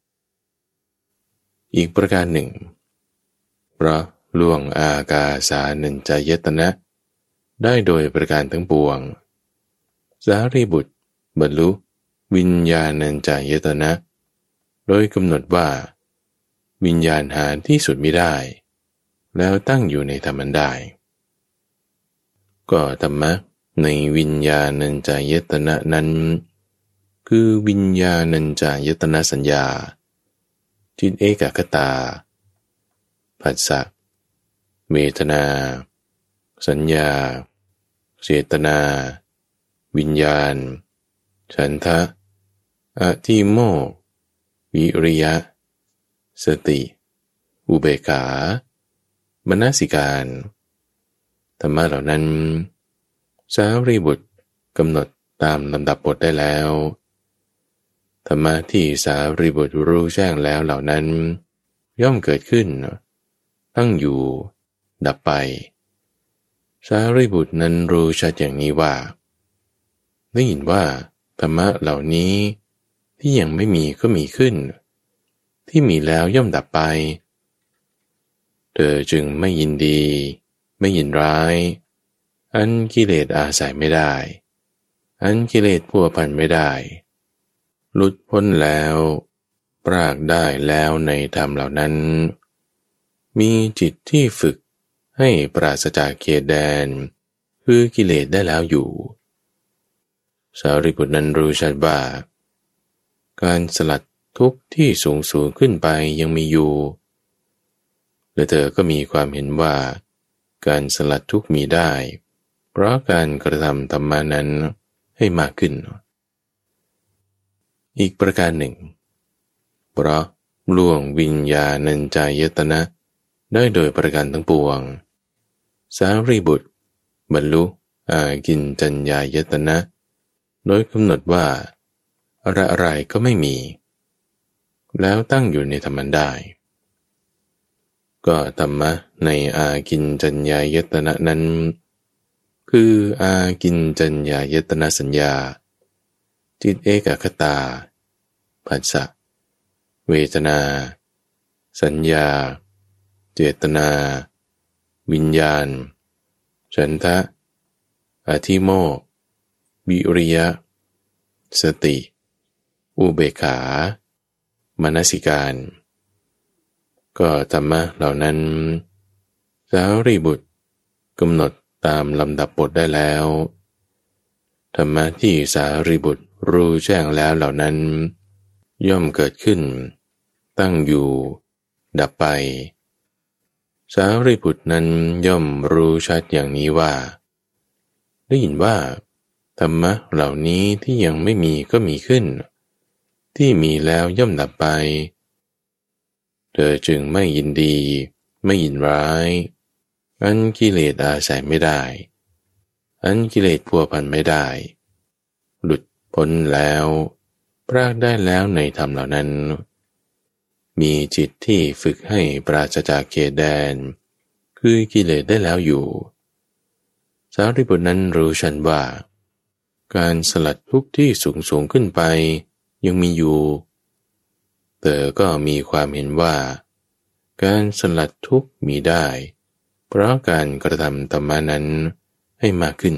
อีกประการหนึ่งเพราะล่วงอากาสานัญจายตนะได้โดยประการทั้งปวงสารีบุตรบรรลุวิญญาณัญจายตนะโดยกำหนดว่าวิญญาณหาที่สุดมิได้แล้วตั้งอยู่ในธรรมนั้นได้ก็ธรรมะในวิญญาณัญจายตนะนั้นคือวิญญาณัญจายตนะสัญญาจิตเอกคตาผัสสะเวทนาสัญญาเจตนาวิญญาณฉันทะอธิโมกข์วิริยะสติอุเบกขามนสิการธรรมะเหล่านั้นสารีบุตรกำหนดตามลำดับบทได้แล้วธรรมะที่สารีบุตรรู้แจ้งแล้วเหล่านั้นย่อมเกิดขึ้นตั้งอยู่ดับไปสารีบุตรนั้นรู้ชัดอย่างนี้ว่าได้ยินว่าธรรมะเหล่านี้ที่ยังไม่มีก็มีขึ้นที่มีแล้วย่อมดับไปเธอจึงไม่ยินดีไม่ยินร้ายอันกิเลสอาศัยไม่ได้อันกิเลสพัวพันไม่ได้หลุดพ้นแล้วปรากได้แล้วในธรรมเหล่านั้นมีจิตที่ฝึกให้ปราศจากเขตแดนคือกิเลสได้แล้วอยู่สารีบุตรนั้นรู้ชัดว่าการสลัดทุกข์ที่สูงสูงขึ้นไปยังมีอยู่และเธอก็มีความเห็นว่าการสลัดทุกข์มีได้เพราะการกระทำธรรมานั้นให้มากขึ้นอีกประการหนึ่งเพราะล่วงวิญญาณัญจายตนะได้โดยประการทั้งปวงสารีบุตรบรรลุอากินจัญญายตนะโดยกำหนดว่าอะไรๆก็ไม่มีแล้วตั้งอยู่ในธรรมได้ก็ธรรมะในอากินจัญญายตนะนั้นคืออากินจัญญายตนะสัญญาจิตเอกคตาผัสสะเวทนาสัญญาเจตนาวิญญาณฉันทะอธิโมกข์วิริยะสติอุเบกขามนสิการก็ธรรมะเหล่านั้นสารีบุตรกำหนดตามลำดับบทได้แล้วธรรมะที่สารีบุตรรู้แจ้งแล้วเหล่านั้นย่อมเกิดขึ้นตั้งอยู่ดับไปสารีบุตรนั้นย่อมรู้ชัดอย่างนี้ว่าได้ยินว่าธรรมะเหล่านี้ที่ยังไม่มีก็มีขึ้นที่มีแล้วย่อมดับไปเธอจึงไม่ยินดีไม่ยินร้ายอันกิเลสอาศัยไม่ได้อันกิเลสพัวพันไม่ได้หลุดพ้นแล้วปรากได้แล้วในธรรมเหล่านั้นมีจิตที่ฝึกให้ปราศจากเขตแดนคือกิเลสได้แล้วอยู่สารีบุตรนั้นรู้ชัดว่าการสลัดทุกข์ที่สูงขึ้นไปยังมีอยู่เธอก็มีความเห็นว่าการสลัดทุกข์มีได้เพราะการกระทำธรรมานั้นให้มากขึ้น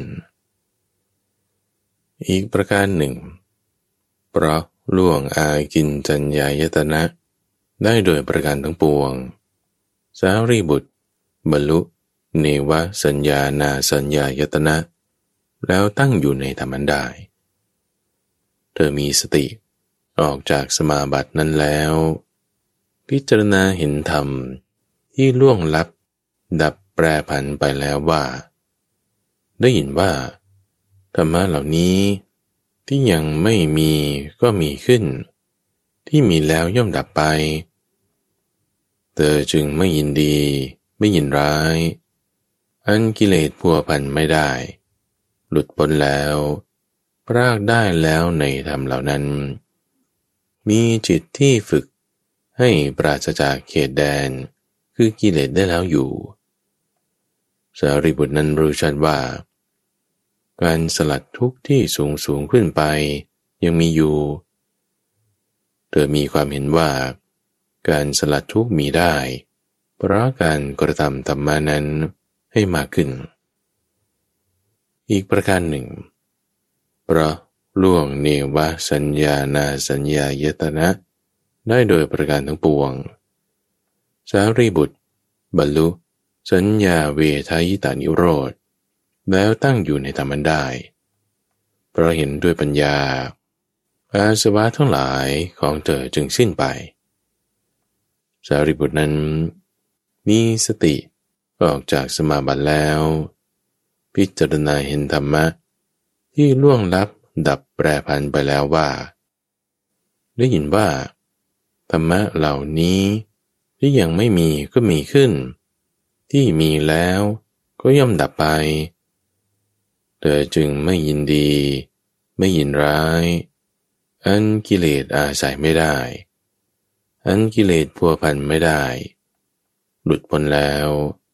อีกประการหนึ่งเพราะล่วงอากินจัญญายตนะได้โดยประการทั้งปวงสารีบุตรบรรลุเนวสัญญานาสัญญายตนะแล้วตั้งอยู่ในธรรมได้เธอมีสติออกจากสมาบัตินั้นแล้วพิจารณาเห็นธรรมที่ล่วงลับดับแปรผันไปแล้วว่าได้ยินว่าธรรมะเหล่านี้ที่ยังไม่มีก็มีขึ้นที่มีแล้วย่อมดับไปเธอจึงไม่ยินดีไม่ยินร้ายอันกิเลสพัวพันไม่ได้หลุดพ้นแล้วปรากได้แล้วในธรรมเหล่านั้นมีจิตที่ฝึกให้ปราศจากเขตแดนคือกิเลสได้แล้วอยู่สารีบุตรนั้นรู้ชัดว่าการสลัดทุกข์ที่สูงขึ้นไปยังมีอยู่เธอมีความเห็นว่าการสลัดทุกข์มีได้เพราะการกระทำธรรมานั้นให้มากขึ้นอีกประการหนึ่งเพราะล่วงเนวสัญญานาสัญญายตนะได้โดยประการทั้งปวงสารีบุตรบรรลุสัญญาเวทายตานิโรธแล้วตั้งอยู่ในธรรมได้เพราะเห็นด้วยปัญญาอาสวะทั้งหลายของเธอจึงสิ้นไปสารีบุตรนั้นมีสติออกจากสมาบัติแล้วพิจารณาเห็นธรรมะที่ล่วงลับดับแปรผันไปแล้วว่าได้ยินว่าธรรมะเหล่านี้ที่ยังไม่มีก็มีขึ้นที่มีแล้วก็ย่อมดับไปเธอจึงไม่ยินดีไม่ยินร้ายอันกิเลสอาศัยไม่ได้อันกิเลสพัวพันไม่ได้หลุดพ้นแล้ว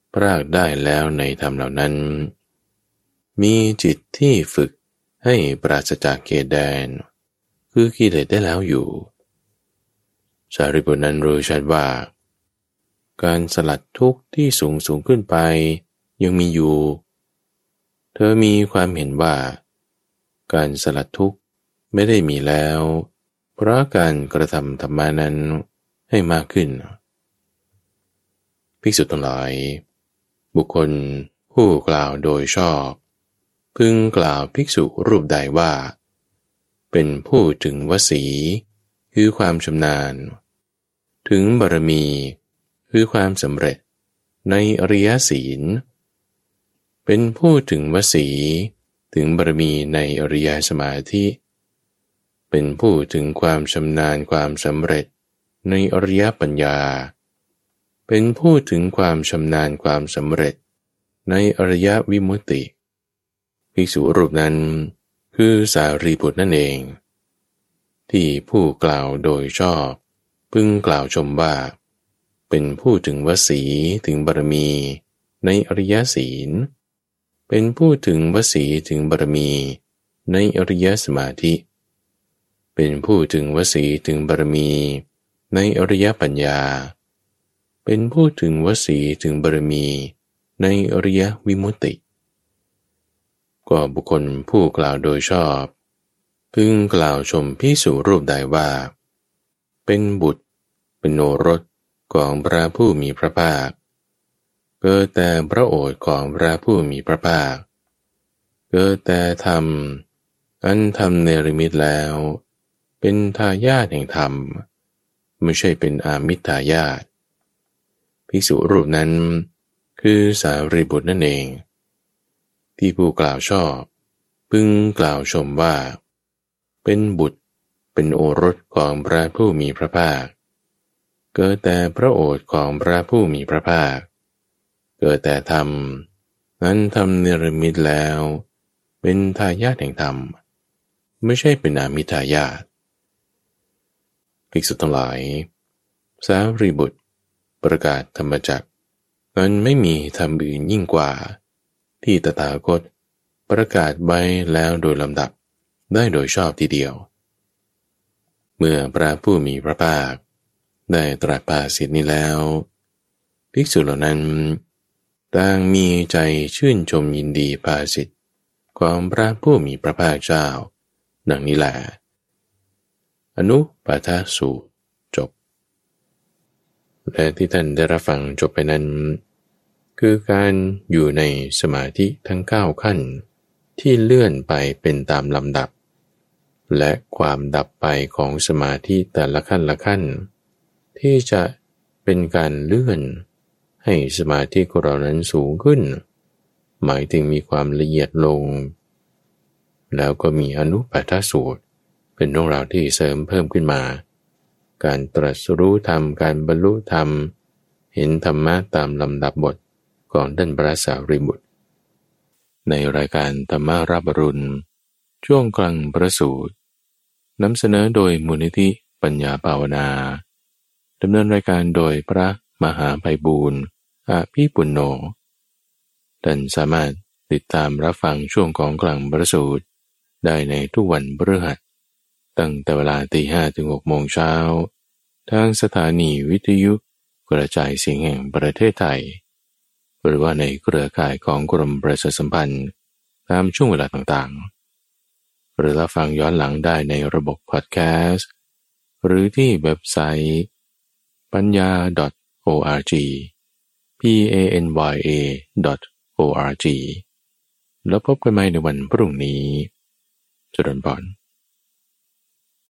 พรากได้แล้วในธรรมเหล่านั้นมีจิตที่ฝึกให้ปราศจากเกแดนคือกิเลสได้แล้วอยู่สารีบุตรนั้นรู้ชัดว่าการสลัดทุกข์ที่สูงขึ้นไปยังมีอยู่เธอมีความเห็นว่าการสลัดทุกข์ไม่ได้มีแล้วเพราะการกระทำธรรมานั้นให้มากขึ้นภิกษุทั้งหลายบุคคลผู้กล่าวโดยชอบพึงกล่าวภิกษุรูปใดว่าเป็นผู้ถึงวสีคือความชำนาญถึงบารมีคือความสำเร็จในอริยศีลเป็นผู้ถึงวสีถึงบารมีในอริยสมาธิเป็นผู้ถึงความชำนาญความสำเร็จในอริยปัญญาเป็นผู้ถึงความชำนาญความสำเร็จในอริยวิมุตติภิกษุรูปนั้นคือสารีบุตรนั่นเองที่ผู้กล่าวโดยชอบพึงกล่าวชมว่าเป็นผู้ถึงวสีถึงบารมีในอริยศีลเป็นผู้ถึงวสีถึงบารมีในอริยสมาธิเป็นผู้ถึงวสีถึงบารมีในอริยปัญญาเป็นผู้ถึงวสีถึงบารมีในอริยวิมุตติก็บุคคลผู้กล่าวโดยชอบพึงกล่าวชมภิกษุรูปใดว่าเป็นบุตรเป็นโอรสของพระผู้มีพระภาคเกิดแต่พระโอษฐ์ของพระผู้มีพระภาคเกิดแต่ธรรมอันทำเนรมิตแล้วเป็นทายาทแห่งธรรมไม่ใช่เป็นอามิตรทายาทภิกษุรูปนั้นคือสารีบุตรนั่นเองที่ผู้กล่าวชอบพึงกล่าวชมว่าเป็นบุตรเป็นโอรสของพระผู้มีพระภาคเกิดแต่พระโอษฐ์ของพระผู้มีพระภาคเกิดแต่ธรรมนั้นทำเนรมิตแล้วเป็นทายาทแห่งธรรมไม่ใช่เป็นอามิตรทายาทภิกษุทั้งหลายสารีบุตรประกาศธรรมจักรนั้นไม่มีธรรมอื่นยิ่งกว่าที่ตถาคตประกาศไว้แล้วโดยลำดับได้โดยชอบทีเดียวเมื่อพระผู้มีพระภาคได้ตรัสภาษิตนี้แล้วภิกษุเหล่านั้นต่างมีใจชื่นชมยินดีภาษิตของพระผู้มีพระภาคเจ้าดังนี้แหละอนุปาทสูตรจบและที่ท่านได้รับฟังจบไปนั้นคือการอยู่ในสมาธิทั้ง9ขั้นที่เลื่อนไปเป็นตามลำดับและความดับไปของสมาธิแต่ละขั้นละขั้นที่จะเป็นการเลื่อนให้สมาธิของเรานั้นสูงขึ้นหมายถึงมีความละเอียดลงแล้วก็มีอนุปาทสูตรเป็นเรื่องราวที่เสริมเพิ่มขึ้นมาการตรัสรู้ธรรมการบรรลุธรรมเห็นธรรมะตามลำดับบทของท่านพระสารีบุตรในรายการธรรมารับอรุณช่วงกลางประสูตรนำเสนอโดยมูลนิธิปัญญาภาวนาดำเนินรายการโดยพระมหาไพบูลย์อภิปุณโญท่านสามารถติดตามรับฟังช่วงของกลางประสูตรได้ในทุกวันพฤหัสตั้งแต่เวลา 5:00 ถึง 6:00 น.ทางสถานีวิทยุกระจายเสียงแห่งประเทศไทยหรือว่าในเครือข่ายของกรมประชาสัมพันธ์ตามช่วงเวลาต่างๆหรือรับฟังย้อนหลังได้ในระบบพอดแคสต์หรือที่เว็บไซต์ปัญญา .org panya.org แล้วพบกันใหม่ในวันพรุ่งนี้เจริญพร